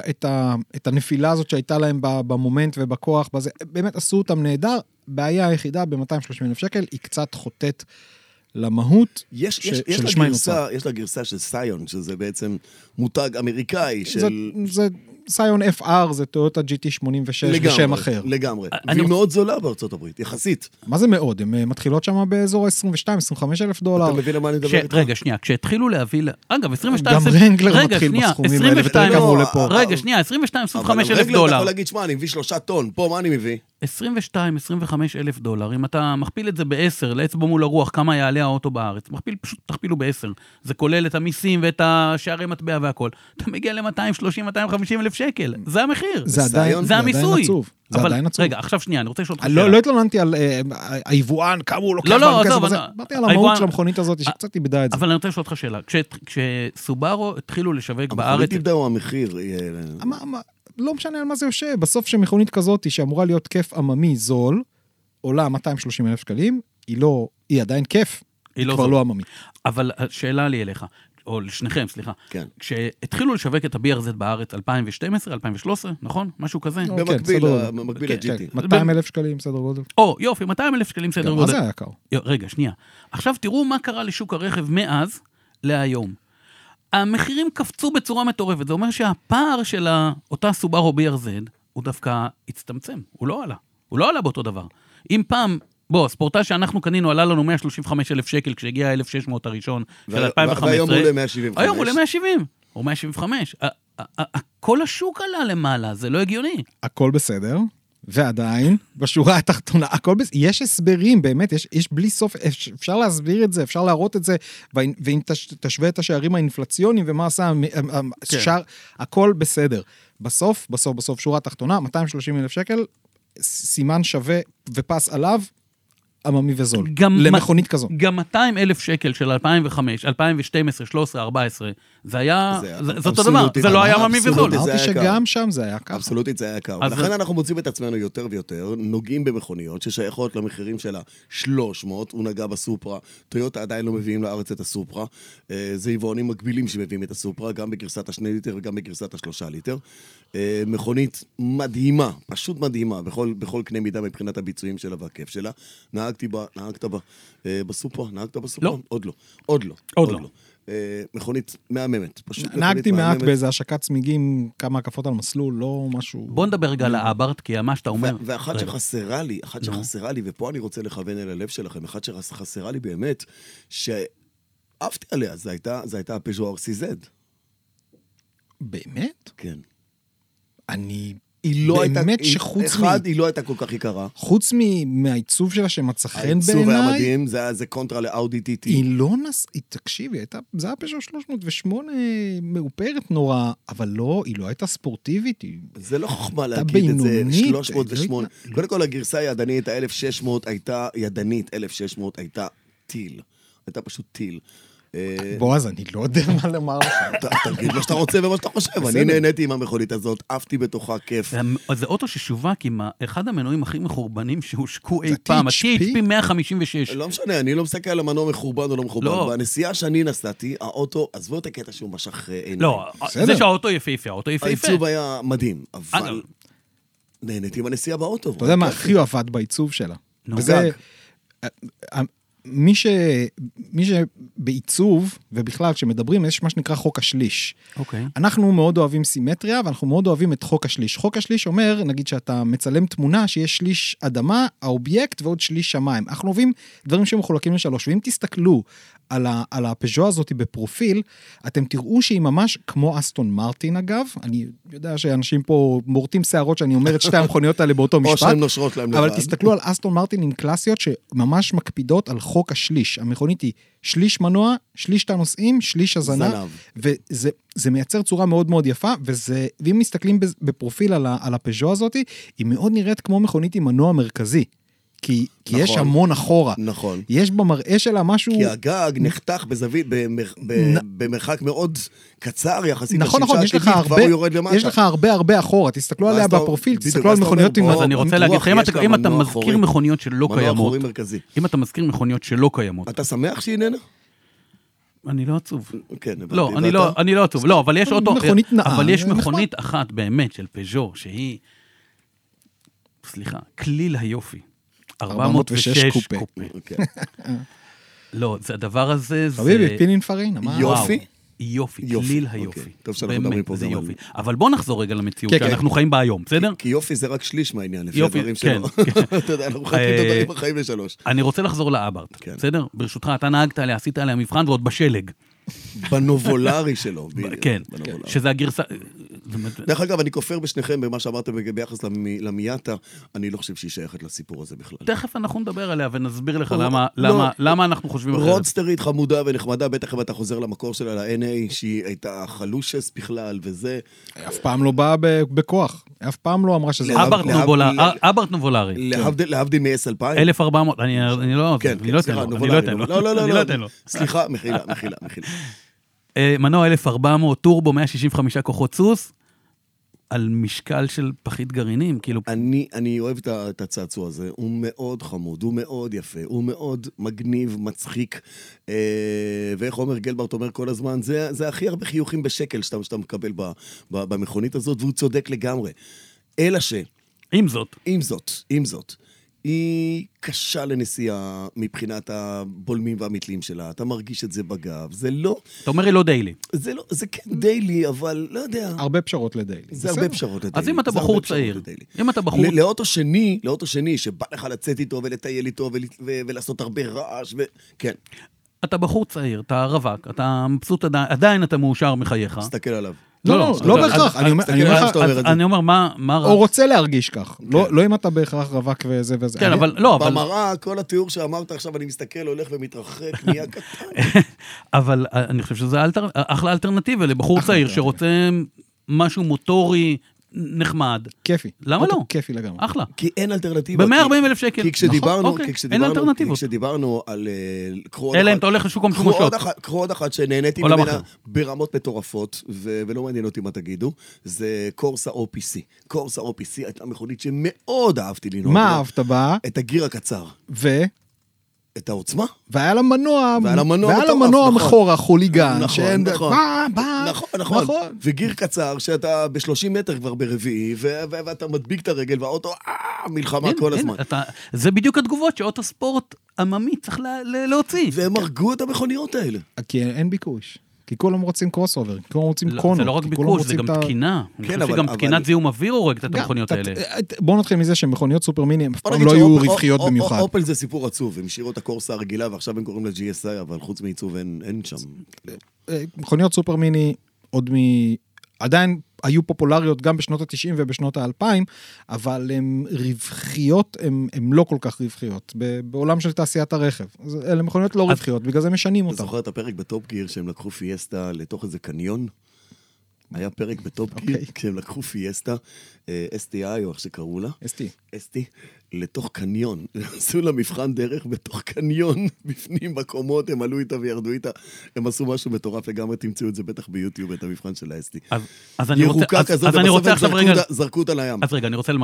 את הנפילה הזאת שהייתה להם במומנט ובכוח, באמת עשו אותם נהדר, בעיה היחידה ב-230,000 שקל, היא קצת חוטאת למהות של נוצר. יש לה גרסה של סיון, שזה בעצם מותג אמריקאי של... זה סיון FR, זה טויוטה GT86 בשם אחר. לגמרי. והיא מאוד זולה בארצות הברית, יחסית. מה זה מאוד? הן מתחילות שם באזור $22,000-25,000. אתה מבין למה אני מדבר איתך? רגע, שנייה, כשהתחילו להביא... אגב, 22... גם רנגלר מתחיל בסכומים האלה, ותראה כמה הוא לפה. רגע, שנייה, $22,000-25,000. אבל רנגלר אתה יכול להגיד, שמע, אני מביא 3 טון, פה מה אני מביא? $22,000-25,000, אם אתה מכפיל את זה ב-10, לאצבע מול הרוח, כמה יעלה האוטו בארץ, פשוט תכפילו ב-10. זה כולל את המיסים ואת השערי מטבע והכל. אתה מגיע ל-230,000-250,000 שקל. זה המחיר. זה המיסוי. זה עדיין עצוב. רגע, עכשיו שנייה, אני רוצה לשאול אותך שאלה. לא התלוננתי על היבואן, כמה הוא לוקח לנו כסף וזה. באתי על המהות של המכונית הזאת, שקצת איבדה את זה. אבל אני רוצה לשאול אותך שאלה. כשסובארו התחילו לשווק בארץ... המכונית תבדאו המחיר. לא משנה על מה זה יושב. בסוף שמכונית כזאת, שאמורה להיות כיף עממי זול, עולה 230,000 שקלים, היא עדיין כיף, היא כבר לא עממי. אבל השאלה לי אליך, או לשניכם, סליחה. כן. כשהתחילו לשווק את ה-BRZ בארץ 2012, 2013, נכון? משהו כזה? במקביל ל-GT. 200,000 שקלים, סדר גודל. יופי, 200,000 שקלים סדר גודל. מה זה היה יקר? רגע, שנייה. עכשיו תראו מה קרה לשוק הרכב מאז להיום. המחירים קפצו בצורה מטורפת. זה אומר שהפער של אותה סובארו BRZ הוא דווקא הצטמצם. הוא לא עלה. הוא לא עלה באותו דבר. אם פעם, ספורטאי שאנחנו קנינו עלה לנו 135,000 שקל כשהגיע 1,600 הראשון של 2015. והיום עולה 175. היום עולה 170 או 175. כל השוק עלה למעלה, זה לא הגיוני. הכל בסדר. ועדיין, בשורה התחתונה, הכל יש הסברים, באמת, יש בלי סוף, אפשר להסביר את זה, אפשר להראות את זה, ואם תשווה את השערים האינפלציוניים, ומה עשה, הכל בסדר. בסוף, שורה התחתונה, 230,000 שקל, סימן שווה ופס עליו, עממי וזול, למכונית כזו. גם 200,000 שקל של 2005, 2012, 13, 14, זה היה, זה אותו דבר, זה לא היה עממי וזול. אמרתי שגם שם זה היה ככה. אבסולוטית זה היה יקר. לכן אנחנו מוצאים את עצמנו יותר ויותר, נוגעים במכוניות ששייכות למחירים של ה-300, הוא נגע בסופרה, טויוטה עדיין לא מביאים לארץ את הסופרה, זה יבואנים מקבילים שמביאים את הסופרה, גם בגרסת ה2 ליטר וגם בגרסת ה3 ליטר. מכונית מדהימה, פשוט מדהימה, בכל קנה מידה מבחינת הביצועים שלה והכיף שלה. נהגת בסופרה? לא. עוד לא. מכונית מהממת. נהגתי מעט באיזה השקת צמיגים, כמה הקפות על מסלול, לא משהו... בוא נדבר רגע על האברט, כי מה שאתה אומר... ואחת שחסרה לי, ופה אני רוצה לכוון אל הלב שלכם, אחת שחסרה לי באמת, שאהבתי עליה, זה הייתה הפז'ו RCZ. באמת? כן. היא לא באמת שחוץ היא לא הייתה כל כך יקרה. חוץ מהעיצוב שלה שמצא חן בעיניי. העיצוב היה מדהים, זה קונטרה לאאודי TT. היא לא תקשיבי, זה היה פז'ו 308 מאופרת נורא, אבל לא, היא לא הייתה ספורטיבית. זה לא חוכמה להגיד את זה, 308. קודם כל הגרסה הידנית, ה-1600 הייתה ידנית, 1600 הייתה טיל. הייתה פשוט טיל. בועז, אני לא יודע מה לומר לך. תגיד מה שאתה רוצה ומה שאתה חושב. אני נהניתי עם המכונית הזאת, עפתי בתוכה כיף. זה אוטו ששווק עם אחד המנועים הכי מחורבנים שהושקו אי פעם, ה-THP 156. לא משנה, אני לא מסתכל על המנוע מחורבן או לא מחורבן. בנסיעה שאני נסעתי, האוטו, עזבו את הקטע שהוא משך עיניים. לא, זה שהאוטו יפהפה, האוטו יפהפה. העיצוב היה מדהים, אבל נהניתי עם הנסיעה באוטו. אתה יודע מה הכי עבד בעיצוב שלה? וזה... מי שבעיצוב, ובכלל כשמדברים, יש מה שנקרא חוק השליש. אנחנו מאוד אוהבים סימטריה, ואנחנו מאוד אוהבים את חוק השליש. חוק השליש אומר, נגיד שאתה מצלם תמונה, שיש שליש אדמה, האובייקט, ועוד שליש שמיים. אנחנו אוהבים דברים שמחולקים לשלוש, ואם תסתכלו על הפז'ו הזאת בפרופיל, אתם תראו שהיא ממש כמו אסטון מרטין, אגב. אני יודע שאנשים פה מורטים שערות שאני אומר את שתי המכוניות האלה באותו משפט. או שהן נושרות להם לבד. אבל תסתכלו על אסטון מרטין עם קלאסיות שממש מקפידות על חוק השליש. המכונית היא שליש מנוע, שליש תא נוסעים, שליש הזנה, וזה מייצר צורה מאוד מאוד יפה, ואם מסתכלים בפרופיל על הפז'ו הזאת, היא מאוד נראית כמו מכונית עם מנוע מרכזי. כי יש המון אחורה. נכון. יש במראה שלה משהו... כי הגג נחתך בזווית, במרחק מאוד קצר יחסית. נכון, יש לך הרבה אחורה. תסתכלו עליה בפרופיל, תסתכלו על מכוניות עם... אז אני רוצה להגיד לך, אם אתה מזכיר מכוניות שלא קיימות, מנוע אחורי מרכזי. אם אתה מזכיר מכוניות שלא קיימות... אתה שמח שהיא איננה? אני לא עצוב. כן, לא, אני לא עצוב. לא, אבל יש אוטו... אבל יש מכונית אחת באמת של פז'ו, שהיא... סליחה, כליל היופי. 406 קופה. לא, זה הדבר הזה, זה... חביבי, פינין פרינה, מה? יופי, כליל היופי. טוב שאנחנו מדברים פה. זה יופי. אבל בוא נחזור רגע למציאות שאנחנו חיים בה היום, בסדר? כי יופי זה רק שליש מהעניין, לפי הדברים שלו. אתה יודע, אנחנו חיים את הדברים החיים לשלוש. אני רוצה לחזור לאברט, בסדר? ברשותך, אתה נהגת עליה, עשית עליה מבחן ועוד בשלג. בנובולרי שלו. כן, שזה הגרסה... דרך אגב, אני כופר בשניכם במה שאמרתם ביחס למיאטה, אני לא חושב שהיא שייכת לסיפור הזה בכלל. תכף אנחנו נדבר עליה ונסביר לך למה אנחנו חושבים אחרת. רודסטרית חמודה ונחמדה, בטח אם אתה חוזר למקור שלה, ל-NA, שהיא הייתה חלושס בכלל, וזה... אף פעם לא באה בכוח. אף פעם לא אמרה שזה... אברט נובולרי. להבדיל מ-S2000. 1400, אני לא אתן לו. סליחה, מחילה. מנוע 1400, טורבו, 165 כוחות סוס, על משקל של פחית גרעינים, כאילו... אני אוהב את הצעצוע הזה, הוא מאוד חמוד, הוא מאוד יפה, הוא מאוד מגניב, מצחיק, ואיך אומר גלברט אומר כל הזמן, זה הכי הרבה חיוכים בשקל שאתה מקבל במכונית הזאת, והוא צודק לגמרי. אלא עם זאת, היא קשה לנסיעה מבחינת הבולמים והמתלים שלה, אתה מרגיש את זה בגב, זה לא... אתה אומר, היא לא דיילי. זה כן דיילי, אבל לא יודע. הרבה פשרות לדיילי. זה הרבה פשרות לדיילי. אז אם אתה בחור צעיר, לאוטו שני, שבא לך לצאת איתו ולטייל איתו ולעשות הרבה רעש, כן. אתה בחור צעיר, אתה רווק, אתה מבסוט עדיין אתה מאושר מחייך. תסתכל עליו. לא בהכרח. אני אומר, מה רע? או רוצה להרגיש כך. לא אם אתה בהכרח רווק וזה וזה. כן, אבל לא. במראה, כל התיאור שאמרת עכשיו, אני מסתכל, הולך ומתרחק, נהיה קטן. אבל אני חושב שזה אחלה אלטרנטיבה לבחור צעיר שרוצה משהו מוטורי נחמד. כיפי. למה לא? כיפי לגמרי. אחלה. כי אין אלטרנטיבה. ב-140,000 שקל. כי כשדיברנו על... אלא אם אתה הולך לשוק המשומשות. קחו עוד אחת שנהניתי ממנה ברמות מטורפות, ולא מעניין אותי מה תגידו, זה קורסה OPC. קורסה OPC הייתה מכונית שמאוד אהבתי לנהוג. מה אהבת בה? את הגיר הקצר. את העוצמה. והיה לה מנוע מחורה, חוליגן. נכון. וגיר קצר, שאתה ב-30 מטר כבר ברביעי, ואתה מדביק את הרגל, והאוטו, מלחמה כל הזמן. זה בדיוק התגובות שאוטו ספורט עממי צריך להוציא. והם הרגו את המכוניות האלה. כי אין ביקוש. כי כולם רוצים קרוס אובר, כולם רוצים קונות. זה לא רק ביקוש, זה גם תקינה. אני חושב שגם תקינת זיהום אוויר הורגת את המכוניות האלה. בואו נתחיל מזה שמכוניות סופר מיני, הם אף פעם לא היו רווחיות במיוחד. אופל זה סיפור עצוב, הם השאירו את הקורסה הרגילה, ועכשיו הם קוראים לה GSI, אבל חוץ מעיצוב אין שם. מכוניות סופר מיני עוד עדיין היו פופולריות גם בשנות ה-90 ובשנות ה-2000, אבל הן רווחיות, הן לא כל כך רווחיות, בעולם של תעשיית הרכב. אלה מכוניות לא רווחיות, בגלל זה משנים אותן. אתה זוכר את הפרק בטופ גיר, שהם לקחו פיאסטה לתוך איזה קניון? היה פרק בטופ גיר, כשהם לקחו פיאסטה, STI, או איך שקראו לה. ST. לתוך קניון. עשו לה מבחן דרך בתוך קניון, בפנים בקומות, הם עלו איתה וירדו איתה. הם עשו משהו מטורף לגמרי, תמצאו את זה בטח ביוטיוב, את המבחן של ה-ST. ירוקה כזאת, ובסוף זרקו אותה לים. אז רגע, אני רוצה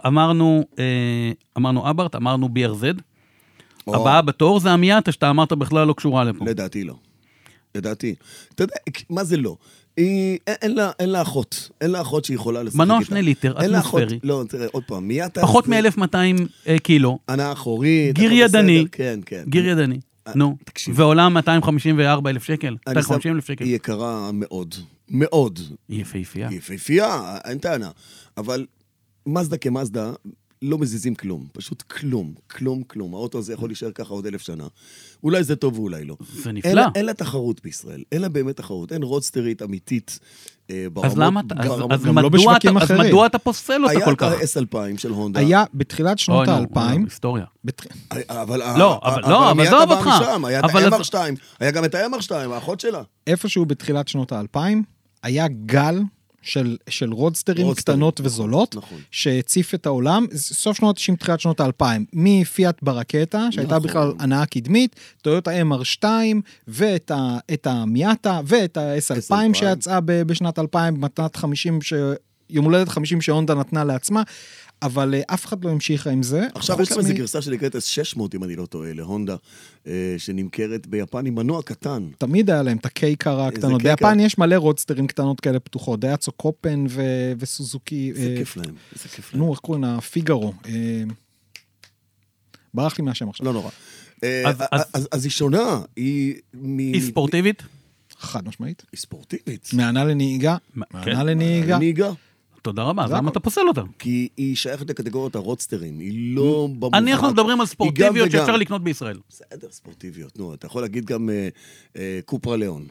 אמרנו אברט, אמרנו BRZ. הבאה בתור זה המיאטה, שאתה אמרת בכלל לא קשורה לפה. לדעתי לא. לדעתי. אתה יודע, מה זה לא? אין לה אחות. אין לה אחות שיכולה לשחק איתה. מנוע 2 ליטר, אטמוספרי. לא, תראה, עוד פעם, מיאטה... פחות מ-1200 קילו. ענה אחורית. גיר ידני. כן. גיר ידני. נו. ועולם 254,000 שקל. 250,000 שקל. היא יקרה מאוד. מאוד. היא יפהפייה. היא יפהפייה, אין טענה. אבל מזדה כמזדה... לא מזיזים כלום, פשוט כלום. האוטו הזה יכול להישאר ככה עוד 1,000 שנה. אולי זה טוב ואולי לא. זה נפלא. אין לה תחרות בישראל, אין לה באמת תחרות, אין רודסטרית אמיתית ברמות. אז למה, אז מדוע אתה פוסל אותה כל כך? היה את ה-S2000 של הונדה. היה בתחילת שנות ה-2000. היסטוריה. אבל אבל עזוב אותך. היה את ה-MR2, היה גם את ה-MR2, האחות שלה. איפשהו בתחילת שנות ה-2000, היה גל של רודסטרים קטנות וזולות, שהציף את העולם, סוף שנות ה-90, תחילת שנות ה-2000, מפיאט ברקטה, שהייתה בכלל הנאה קדמית, טויוטה MR2, ואת המיאטה, ואת ה-S2000 שיצאה בשנת 2000, מתנת 50, יום הולדת 50 שהונדה נתנה לעצמה, אבל אף אחד לא המשיכה עם זה. עכשיו יש להם איזו גרסה שנקראת S600, אם אני לא טועה, להונדה, שנמכרת ביפן עם מנוע קטן. תמיד היה להם את הקייקרה הקטנות. ביפן יש מלא רודסטרים קטנות כאלה פתוחות, דייצו קופן וסוזוקי. זה כיף להם. נו, איך קוראים? הפיגארו. ברח לי מהשם עכשיו. לא נורא. אז היא שונה. היא ספורטיבית? חד משמעית. היא ספורטיבית. מענה לנהיגה. תודה רבה, אז למה אתה פוסל אותה? כי היא שייכת לקטגוריית הרודסטרים, היא לא במובן... אנחנו מדברים על ספורטיביות שאפשר לקנות בישראל. בסדר, ספורטיביות, נו, אתה יכול להגיד גם קופרה ליאון.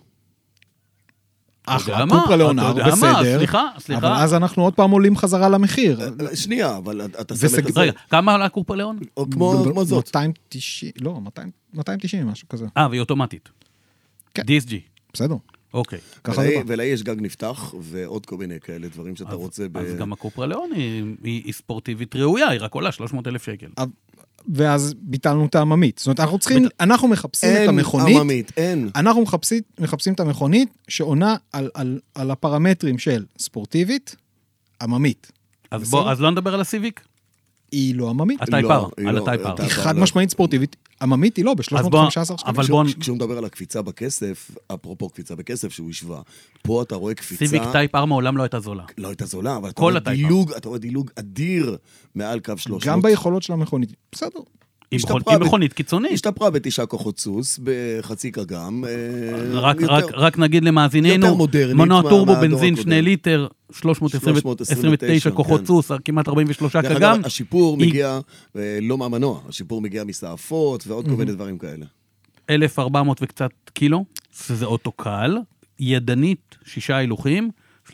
אחלה, קופרה ליאון, בסדר. סליחה. אבל אז אנחנו עוד פעם עולים חזרה למחיר. שנייה, אבל אתה שם את זה... רגע, כמה עלה קופרה ליאון? כמו זאת. 290, לא, 290, משהו כזה. והיא אוטומטית. כן. DSG. בסדר. אוקיי. ולה יש גג נפתח, ועוד כל מיני כאלה דברים שאתה רוצה ב... אז גם הקופרה ליאון היא ספורטיבית ראויה, היא רק עולה 300,000 שקל. ואז ביטלנו את העממית. זאת אומרת, אנחנו מחפשים את המכונית. אין עממית, אין. אנחנו מחפשים את המכונית שעונה על הפרמטרים של ספורטיבית, עממית. אז בוא, אז לא נדבר על הסיביק? היא לא עממית. הטייפר, היא על לא, הטייפר. הטייפר. חד משמעית ספורטיבית, עממית היא לא, ב-315 שקלים. אבל בוא... כשהוא מדבר על הקפיצה בכסף, אפרופו קפיצה בכסף שהוא השווה, פה אתה רואה קפיצה... סיביק טייפ 4 מעולם לא הייתה זולה. לא הייתה זולה, אבל אתה רואה דילוג אדיר מעל קו 300. גם ביכולות של המכונית. בסדר. עם מכונית קיצונית. השתפרה ב9 כוחות סוס, בחצי קגם. רק נגיד למאזיננו, מנוע טורבו בנזין 2 ליטר, 329 כוחות סוס, כמעט 43 קגם. דרך אגב, השיפור מגיע לא מהמנוע, השיפור מגיע מסעפות ועוד כל מיני דברים כאלה. 1,400 וקצת קילו, שזה אוטו קל, ידנית, 6 הילוכים,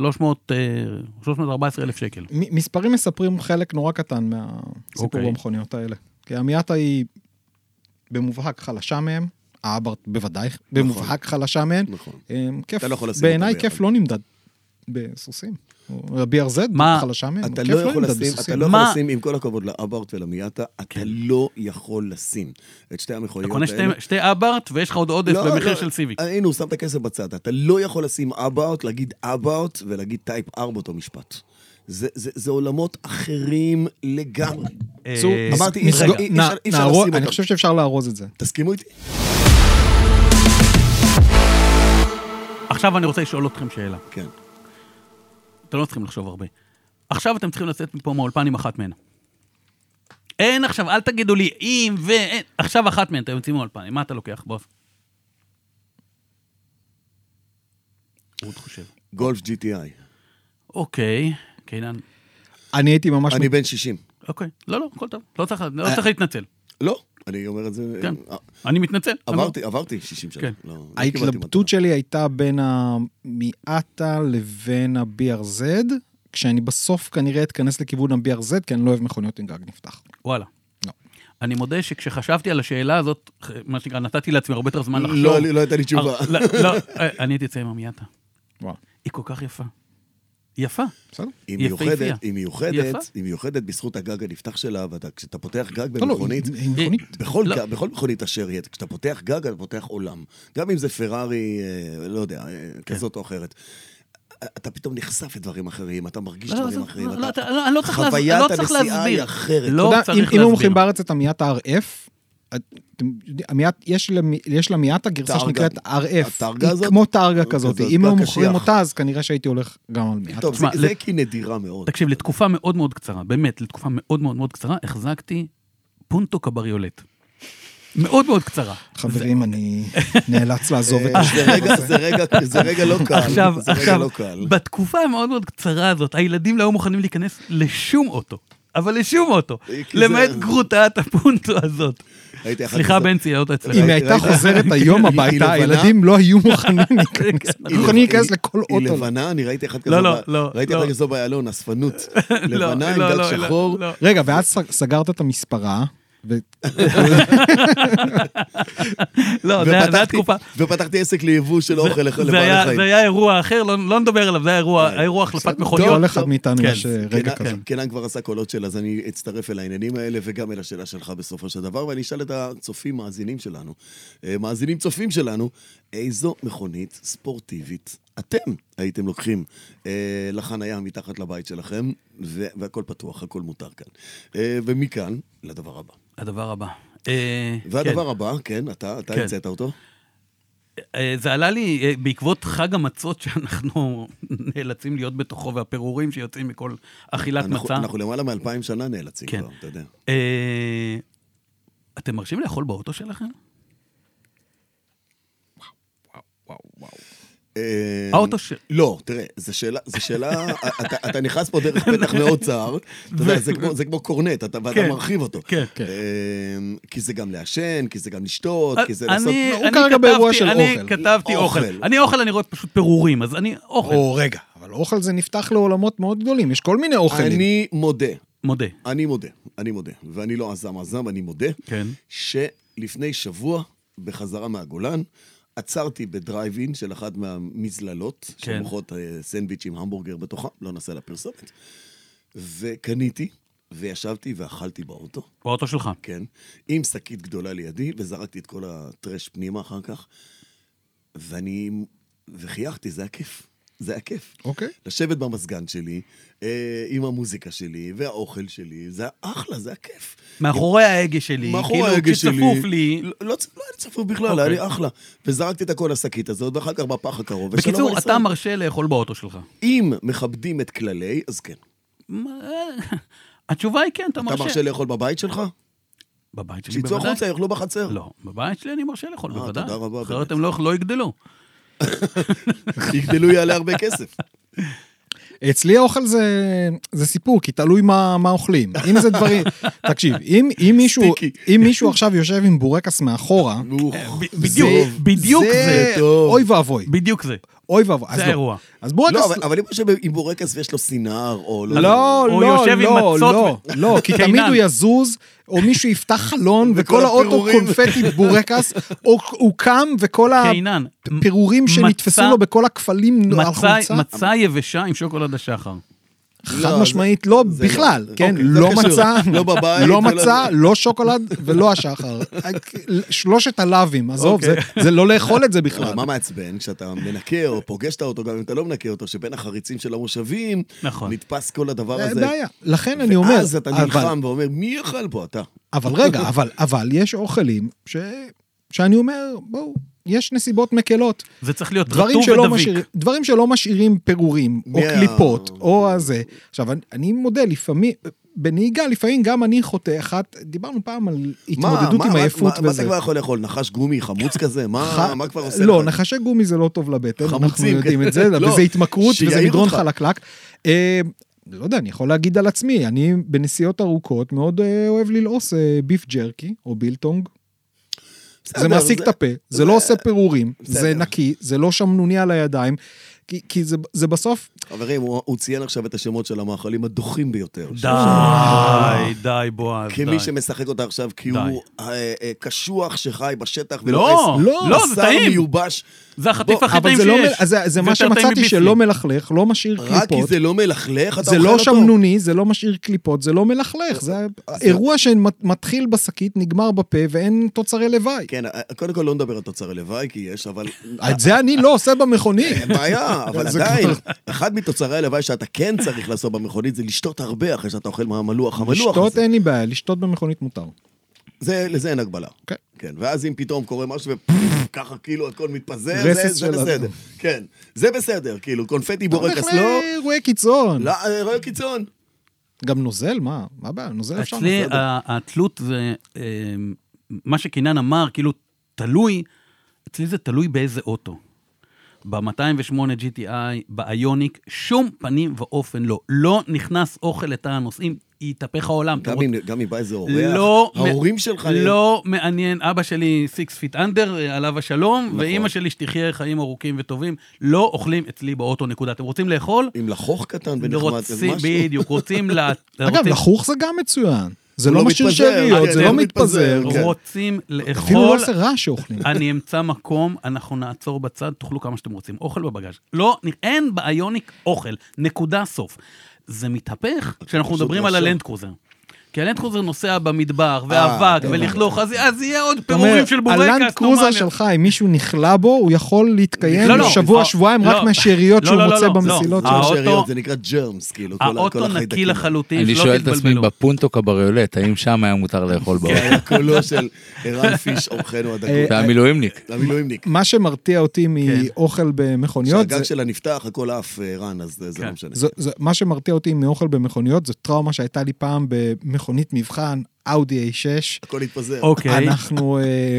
314,000 שקל. מספרים מספרים חלק נורא קטן מהסיפור במכוניות האלה. כי המיאטה היא במובהק חלשה מהם, האברט בוודאי במובהק חלשה מהם. נכון. בעיניי כיף לא נמדד בסוסים. ה-BRZ חלשה מהם, אתה כיף לא לא יכול נמדד בסוסים. אתה לא יכול לשים, עם כל הכבוד לאברט ולמיאטה, אתה לא יכול לשים את שתי המכוניות האלה. אתה קונה שתי אברט ויש לך עוד עודף במחיר של סיביק. הנה, הוא שם את הכסף בצד. אתה לא יכול לשים אברט, להגיד אברט ולהגיד טייפ 4 אותו משפט. זה עולמות אחרים לגמרי. אמרתי, אי אפשר לשים אותם. אני חושב שאפשר להרוז את זה. תסכימו איתי? עכשיו אני רוצה לשאול אתכם שאלה. כן. אתם לא צריכים לחשוב הרבה. עכשיו אתם צריכים לצאת מפה מהאולפן עם אחת מהן. אין עכשיו, אל תגידו לי אם ואין. עכשיו אחת מהן, אתם יוצאים מהאולפן. מה אתה לוקח, בוס? הוא חושב. גולף GTI. אוקיי, קינן. אני הייתי ממש... אני בן 60. אוקיי, לא, הכל טוב. לא צריך להתנצל. לא, אני אומר את זה... כן, אני מתנצל. עברתי 60 שנה. כן. ההתלבטות שלי הייתה בין המיאטה לבין ה-BRZ, כשאני בסוף כנראה אתכנס לכיוון ה-BRZ, כי אני לא אוהב מכוניות עם גג נפתח. וואלה. לא. אני מודה שכשחשבתי על השאלה הזאת, מה שנקרא, נתתי לעצמי הרבה יותר זמן לחשוב. לא הייתה לי תשובה. לא, אני הייתי צא עם המיאטה. וואו. היא כל כך יפה. יפה. בסדר? היא מיוחדת בזכות הגג הנפתח שלה, וכשאתה פותח גג במכונית, בכל מכונית אשר יהיה, כשאתה פותח גג, אתה פותח עולם. גם אם זה פרארי, לא יודע, כזאת או אחרת. אתה פתאום נחשף לדברים אחרים, אתה מרגיש דברים אחרים. חוויית הנסיעה היא אחרת. אם מומחים בארץ את המיאטה RF, יש למיאטה גרסה שנקראת RF, היא כמו טארגה כזאת, אם הם מוכרים אותה, אז כנראה שהייתי הולך גם על מיאטה. טוב, זה כי נדירה מאוד. תקשיב, לתקופה מאוד מאוד קצרה, באמת, לתקופה מאוד מאוד מאוד קצרה, החזקתי פונטו קבריולט. מאוד מאוד קצרה. חברים, אני נאלץ לעזוב את זה רגע לא קל. עכשיו, בתקופה המאוד מאוד קצרה הזאת, הילדים לא היו מוכנים להיכנס לשום אוטו. אבל לשום אוטו, למעט גרוטת הפונטו הזאת. סליחה בנצי, האוטו אצלך. אם הייתה חוזרת היום הביתה, הילדים לא היו מוכנים להיכנס לכל אוטו. היא לבנה, אני ראיתי אחד כזו באיילון, אספנות. לבנה עם גג שחור. רגע, ואז סגרת את המספרה, לא, זה היה תקופה. ופתחתי עסק ליבוא של אוכל לבעלי חיים. זה היה אירוע אחר, לא נדבר עליו, זה היה אירוע החלפת מכוניות. כל אחד מאיתנו יש רגע כזה. קינן כבר עשה קולות שלה, אז אני אצטרף אל העניינים האלה, וגם אל השאלה שלך בסופו של דבר, ואני אשאל את הצופים מאזינים שלנו, מאזינים צופים שלנו, איזו מכונית ספורטיבית אתם הייתם לוקחים לחניה מתחת לבית שלכם, והכל פתוח, הכל מותר כאן. ומכאן, לדבר הבא. הדבר הבא. והדבר הבא, כן, אתה המצאת אותו? זה עלה לי בעקבות חג המצות שאנחנו נאלצים להיות בתוכו, והפירורים שיוצאים מכל אכילת מצה. אנחנו למעלה מ-2000 שנה נאלצים כבר, אתה יודע. אתם מרשים לאכול באוטו שלכם? האוטו לא, תראה, זו שאלה, אתה נכנס פה דרך פתח מאוד צער, אתה יודע, זה כמו קורנט, ואתה מרחיב אותו. כי זה גם לעשן, כי זה גם לשתות, כי זה לעשות... הוא כרגע באירוע של אוכל. אני כתבתי אוכל. אני רואה פשוט פירורים, אז אני אוכל. רגע, אבל אוכל זה נפתח לעולמות מאוד גדולים, יש כל מיני אוכלים. אני מודה. אני מודה. ואני לא עזם, אני מודה. שלפני שבוע, בחזרה מהגולן, עצרתי בדרייב-אין של אחת מהמזללות, שמוכרות סנדוויץ' עם המבורגר בתוכה, לא נסה לפרסומת, וקניתי, וישבתי ואכלתי באוטו. באוטו שלך? כן, עם שקית גדולה לידי, וזרקתי את כל הטרש פנימה אחר כך, וחייכתי, זה היה כיף. זה היה כיף. אוקיי. לשבת במסגן שלי, עם המוזיקה שלי, והאוכל שלי, זה היה אחלה, זה היה כיף. מאחורי ההגה שלי, מאחורי ההגה שלי. כשצפוף לי. לא היה לי צפוף בכלל, היה לי אחלה. וזרקתי את הכל לשקית הזאת, ואחר כך בפח הקרוב. בקיצור, אתה מרשה לאכול באוטו שלך. אם מכבדים את כללי, אז כן. התשובה היא כן, אתה מרשה. אתה מרשה לאכול בבית שלך? בבית שלי שיצאו בוודאי. החוצה, יאכלו בחצר. לא, בבית שלי אני מרשה לאכול, בוודאי. תודה רבה, אחרת הם לא יגדלו. יגדלו יעלה הרבה כסף. אצלי האוכל זה סיפור, כי תלוי מה אוכלים. אם זה דברים, תקשיב, אם מישהו עכשיו יושב עם בורקס מאחורה, בדיוק זה. אוי ואבוי. בדיוק זה. אוי ואבוי. זה האירוע. אז בורקס... לא, אבל אם יושב עם בורקס ויש לו סינר, או לא... לא, כי תמיד הוא יזוז, או מישהו יפתח חלון, וכל האוטו קונפטי בורקס, או הוא קם, וכל הפירורים שנתפסו לו בכל הכפלים על חולצה. מצה יבשה עם שוקולד השחר. חד משמעית, לא בכלל, כן, לא מצה, לא מצה, לא שוקולד ולא השחר. שלושת הלאווים, עזוב, זה לא לאכול את זה בכלל. מה מעצבן? כשאתה מנקה או פוגש את האוטו, גם אם אתה לא מנקה אותו, שבין החריצים של המושבים, נתפס כל הדבר הזה. בעיה, לכן אני אומר... ואז אתה נלחם ואומר, מי יאכל פה? אתה. אבל רגע, אבל יש אוכלים שאני אומר, בואו, יש נסיבות מקלות. זה צריך להיות רטוב ודביק. דברים שלא משאירים פירורים, או קליפות, או הזה. עכשיו, אני מודה, לפעמים, בנהיגה, לפעמים גם אני חוטא אחת, דיברנו פעם על התמודדות עם עייפות וזה. מה אתה כבר יכול לאכול? נחש גומי, חמוץ כזה? מה כבר עושה? לא, נחשי גומי זה לא טוב לבטן, אנחנו יודעים את זה, וזה התמכרות, וזה מדרון חלקלק. לא יודע, אני יכול להגיד על עצמי, אני בנסיעות ארוכות מאוד אוהב ללעוס ביף ג'רקי, או בילטונג. זה מעסיק את הפה, זה לא עושה פירורים, זה נקי, זה לא שמנוני על הידיים, כי זה בסוף... חברים, הוא ציין עכשיו את השמות של המאכלים הדוחים ביותר. די, בועז, די. כמי שמשחק אותה עכשיו, כי הוא קשוח שחי בשטח, לא, זה טעים. מיובש. זה החטיף הכי טעים שיש. זה מה שמצאתי שלא מלכלך, לא משאיר קליפות. רק כי זה לא מלכלך, אתה זה לא שמנוני, זה לא משאיר קליפות, זה לא מלכלך. זה אירוע שמתחיל בשקית, נגמר בפה, ואין תוצרי לוואי. כן, קודם כל לא נדבר על תוצרי לוואי, כי יש, אבל... את זה אני לא עושה במכונית. אין בעיה, אבל עדיין, אחד מתוצרי הלוואי שאתה כן צריך לעשות במכונית, זה לשתות הרבה אחרי שאתה אוכל מהמלוח. לשתות אין לי בעיה, לשתות במכונית מותר. לזה אין הגבלה. כן, ואז אם פתאום קורה משהו וככה כאילו הכל מתפזר, זה בסדר. כן, זה בסדר, כאילו, קונפטי בורקס לא... רואה קיצון. לא, רואה קיצון. גם נוזל, מה הבעיה? נוזל אפשר. אצלי התלות זה, מה שקינן אמר, כאילו, תלוי, אצלי זה תלוי באיזה אוטו. ב-208 GTI, באיוניק, שום פנים ואופן לא. לא נכנס אוכל לתא הנוסעים, יתהפך העולם. גם אם בא איזה אורח, ההורים שלך... לא מעניין, אבא שלי 6 feet under, עליו השלום, ואמא שלי שתחיה חיים ארוכים וטובים, לא אוכלים אצלי באוטו נקודה. אתם רוצים לאכול? עם לחוך קטן ונחמד כזה משהו. בדיוק, רוצים... אגב, לחוך זה גם מצוין. זה לא משאיר שאריות, זה לא מתפזר. רוצים לאכול... אפילו לא עושה רע שאוכלים. אני אמצא מקום, אנחנו נעצור בצד, תאכלו כמה שאתם רוצים. אוכל בבגז'. לא, אין באיוניק אוכל. נקודה סוף. זה מתהפך כשאנחנו מדברים על הלנד קרוזר. כי הלנד קרוזר נוסע במדבר, ואבק, ולכלוך, אז יהיה עוד פירורים של בורקס. הלנד קרוזר שלך, אם מישהו נכלה בו, הוא יכול להתקיים שבוע, שבועיים, רק מהשאריות שהוא מוצא במסילות. זה נקרא ג'רמס, כאילו. האוטו נקי לחלוטין, אני שואל את עצמי בפונטו קבריולט, האם שם היה מותר לאכול בו? זה היה קולו של ערן פיש, אורחנו הדקות. והמילואימניק. מה שמרתיע אותי מאוכל במכוניות... שהגג שלה נפתח, הכל אף רן, אז זה לא משנה. מה שמרתיע אותי מאוכל במכוניות, זו טראומה שהייתה לי פעם במכונית מבחן, אאודי A6. הכל התפזר. אוקיי. אנחנו...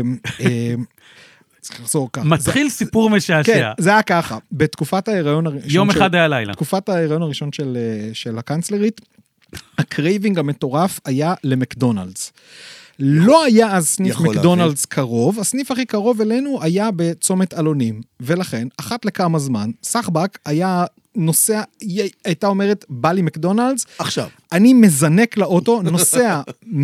צריך לחזור ככה. מתחיל סיפור משעשע. כן, זה היה ככה. בתקופת ההיריון הראשון... יום אחד היה לילה. תקופת ההיריון הראשון של הקנצלרית, הקרייבינג המטורף היה למקדונלדס. לא היה אז סניף מקדונלדס קרוב, הסניף הכי קרוב אלינו היה בצומת אלונים, ולכן, אחת לכמה זמן, סחבק היה נוסע, הייתה אומרת, בא לי מקדונלדס, עכשיו. אני מזנק לאוטו, נוסע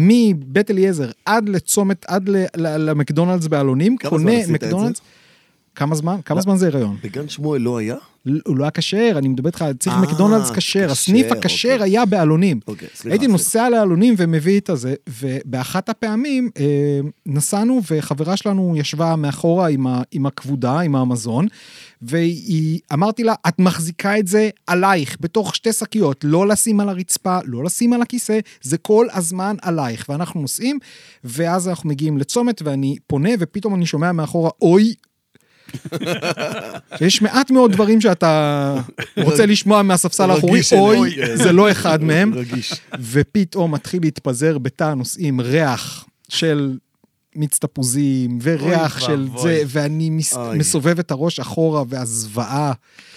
מבית אליעזר עד לצומת, עד למקדונלדס באלונים, קונה מקדונלדס, כמה זמן? כמה זמן זה הריון? בגן שמואל לא היה? הוא לא היה כשר, אני מדבר איתך, צריך מקדונלדס כשר, הסניף הכשר אוקיי. היה באלונים. אוקיי, סליחה. הייתי נוסע לאלונים ומביא את הזה, ובאחת הפעמים נסענו, וחברה שלנו ישבה מאחורה עם הכבודה, עם האמזון, ואמרתי לה, את מחזיקה את זה עלייך, בתוך 2 שקיות, לא לשים על הרצפה, לא לשים על הכיסא, זה כל הזמן עלייך, ואנחנו נוסעים, ואז אנחנו מגיעים לצומת, ואני פונה, ופתאום אני שומע מאחורה, אוי, יש מעט מאוד דברים שאתה רוצה לשמוע מהספסל האחורי, אוי, זה לא אחד מהם, ופתאום מתחיל להתפזר בתא הנוסעים ריח של מיץ תפוזים, וריח של זה, ואני מסובב את הראש אחורה, והזוועה,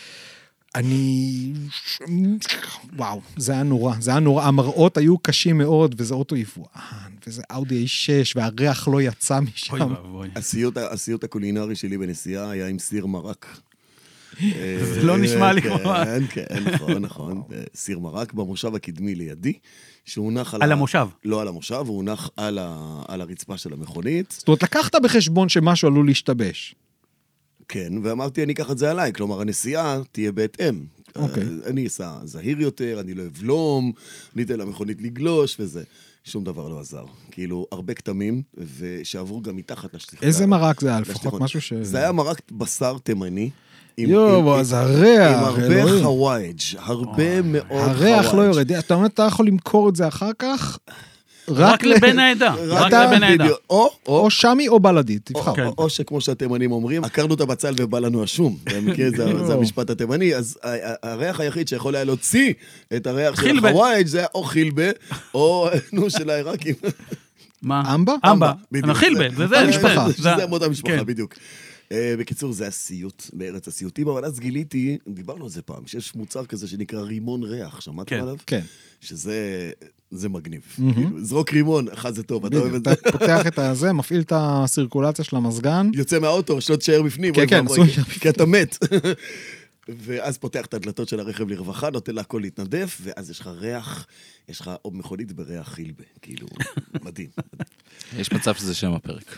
וואו, זה היה נורא, המראות היו קשים מאוד, וזה אוטו יבואן, וזה אאודי A6, והריח לא יצא משם. הסיוט הקולינרי שלי בנסיעה היה עם סיר מרק. זה לא נשמע לי כמו... כן, נכון. סיר מרק במושב הקדמי לידי, שהונח על המושב. לא על המושב, הוא הונח על הרצפה של המכונית. זאת אומרת, לקחת בחשבון שמשהו עלול להשתבש. כן, ואמרתי, אני אקח את זה עליי, כלומר, הנסיעה תהיה בהתאם. אני אסע זהיר יותר, אני לא אבלום, אני אתן למכונית לגלוש וזה. שום דבר לא עזר. כאילו, הרבה כתמים, ושעברו גם מתחת לשטיחה. איזה מרק זה היה? לפחות משהו ש... זה היה מרק בשר תימני. אז הריח, עם הרבה חוואג', הרבה מאוד חוואג'. הריח לא יורד. אתה אומר, אתה יכול למכור את זה אחר כך? רק לבן העדה. רק לבן העדה. או שמי או בלדי, תבחר. או שכמו שהתימנים אומרים, עקרנו את הבצל ובא לנו השום. זה המשפט התימני. אז הריח היחיד שיכול היה להוציא את הריח של החוואג' זה היה או חילבה, או של העיראקים. מה? אמבה? אמבה. חילבה, זה המשפחה. זה מות המשפחה, בדיוק. בקיצור, זה הסיוט בארץ הסיוטים, אבל אז גיליתי, דיברנו על זה פעם, שיש מוצר כזה שנקרא רימון ריח, שמעתם עליו? כן. שזה מגניב. זרוק רימון, אחד זה טוב, אתה אוהב את זה. אתה פותח את הזה, מפעיל את הסירקולציה של המזגן. יוצא מהאוטו, שלא תשאר בפנים. כן, כי אתה מת. ואז פותח את הדלתות של הרכב לרווחה, נותן לה הכל להתנדף, ואז יש לך ריח, יש לך מכונית בריח חילבה. כאילו, מדהים. יש מצב שזה שם הפרק.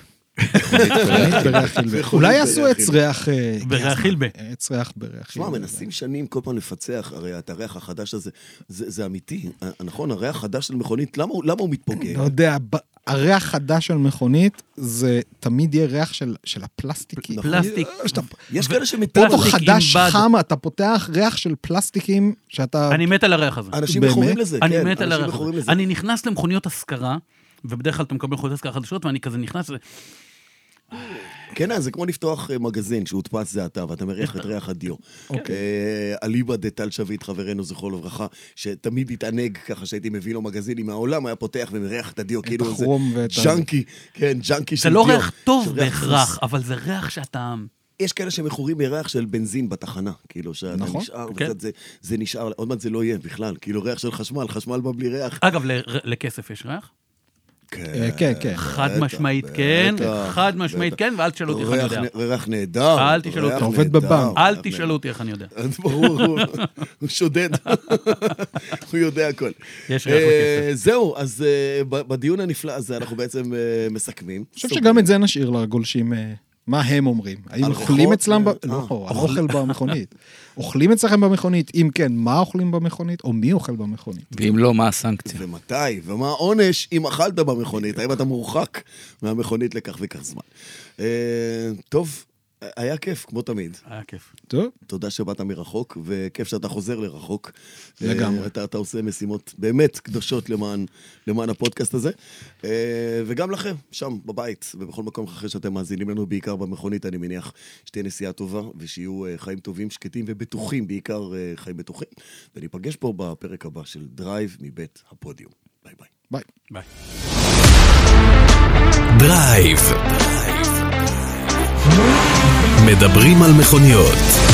אולי יעשו עץ ריח בריח חילבה. עץ ריח בריח חילבה. שמע, מנסים שנים כל פעם לפצח, הרי את הריח החדש הזה, זה אמיתי, נכון, הריח החדש של מכונית, למה הוא מתפוגע? לא יודע, הריח חדש של מכונית, זה תמיד יהיה ריח של הפלסטיקים. פלסטיק. יש כאלה שמתים. אוטו חדש חם, אתה פותח ריח של פלסטיקים, שאתה... אני מת על הריח הזה. אנשים מכורים לזה, כן. אני מת על הריח הזה. אני נכנס למכוניות השכרה, ובדרך כלל אתה מקבל מכוניות השכרה חדשות, ואני כזה נכנס... כן, זה כמו לפתוח מגזין שהודפס זה אתה, ואתה מריח את ריח הדיו. אליבא דטל שביט, חברנו זכרו לברכה, שתמיד התענג ככה שהייתי מביא לו מגזינים מהעולם, היה פותח ומריח את הדיו, כאילו זה ג'אנקי, כן, ג'אנקי של דיו. זה לא ריח טוב בהכרח, אבל זה ריח שאתה... יש כאלה שמכורים מריח של בנזין בתחנה, כאילו שאתה נשאר, זה נשאר, עוד מעט זה לא יהיה בכלל, כאילו ריח של חשמל בא בלי ריח. אגב, לכסף יש ריח? כן. חד משמעית כן, ואל תשאלו אותי איך אני יודע. ריח נהדר. אל תשאלו אותי. אתה עובד בבנק. אל תשאלו אותי איך אני יודע. ברור, הוא שודד. הוא יודע הכל. יש ריח בכסף. זהו, אז בדיון הנפלא הזה אנחנו בעצם מסכמים. אני חושב שגם את זה נשאיר לגולשים, מה הם אומרים. האם אוכלים אצלם, לא, על אוכל במכונית. אוכלים אצלכם במכונית? אם כן, מה אוכלים במכונית? או מי אוכל במכונית? ואם לא, מה הסנקציה? ומתי? ומה העונש אם אכלת במכונית? האם אתה מורחק מהמכונית לכך וכך זמן? טוב, היה כיף, כמו תמיד. היה כיף. טוב. תודה שבאת מרחוק, וכיף שאתה חוזר לרחוק. לגמרי. אתה עושה משימות באמת קדושות למען הפודקאסט הזה. וגם לכם, שם, בבית, ובכל מקום אחר שאתם מאזינים לנו, בעיקר במכונית, אני מניח שתהיה נסיעה טובה, ושיהיו חיים טובים, שקטים ובטוחים, בעיקר חיים בטוחים. וניפגש פה בפרק הבא של דרייב מבית הפודיום. ביי ביי. ביי. דרייב. מדברים על מכוניות.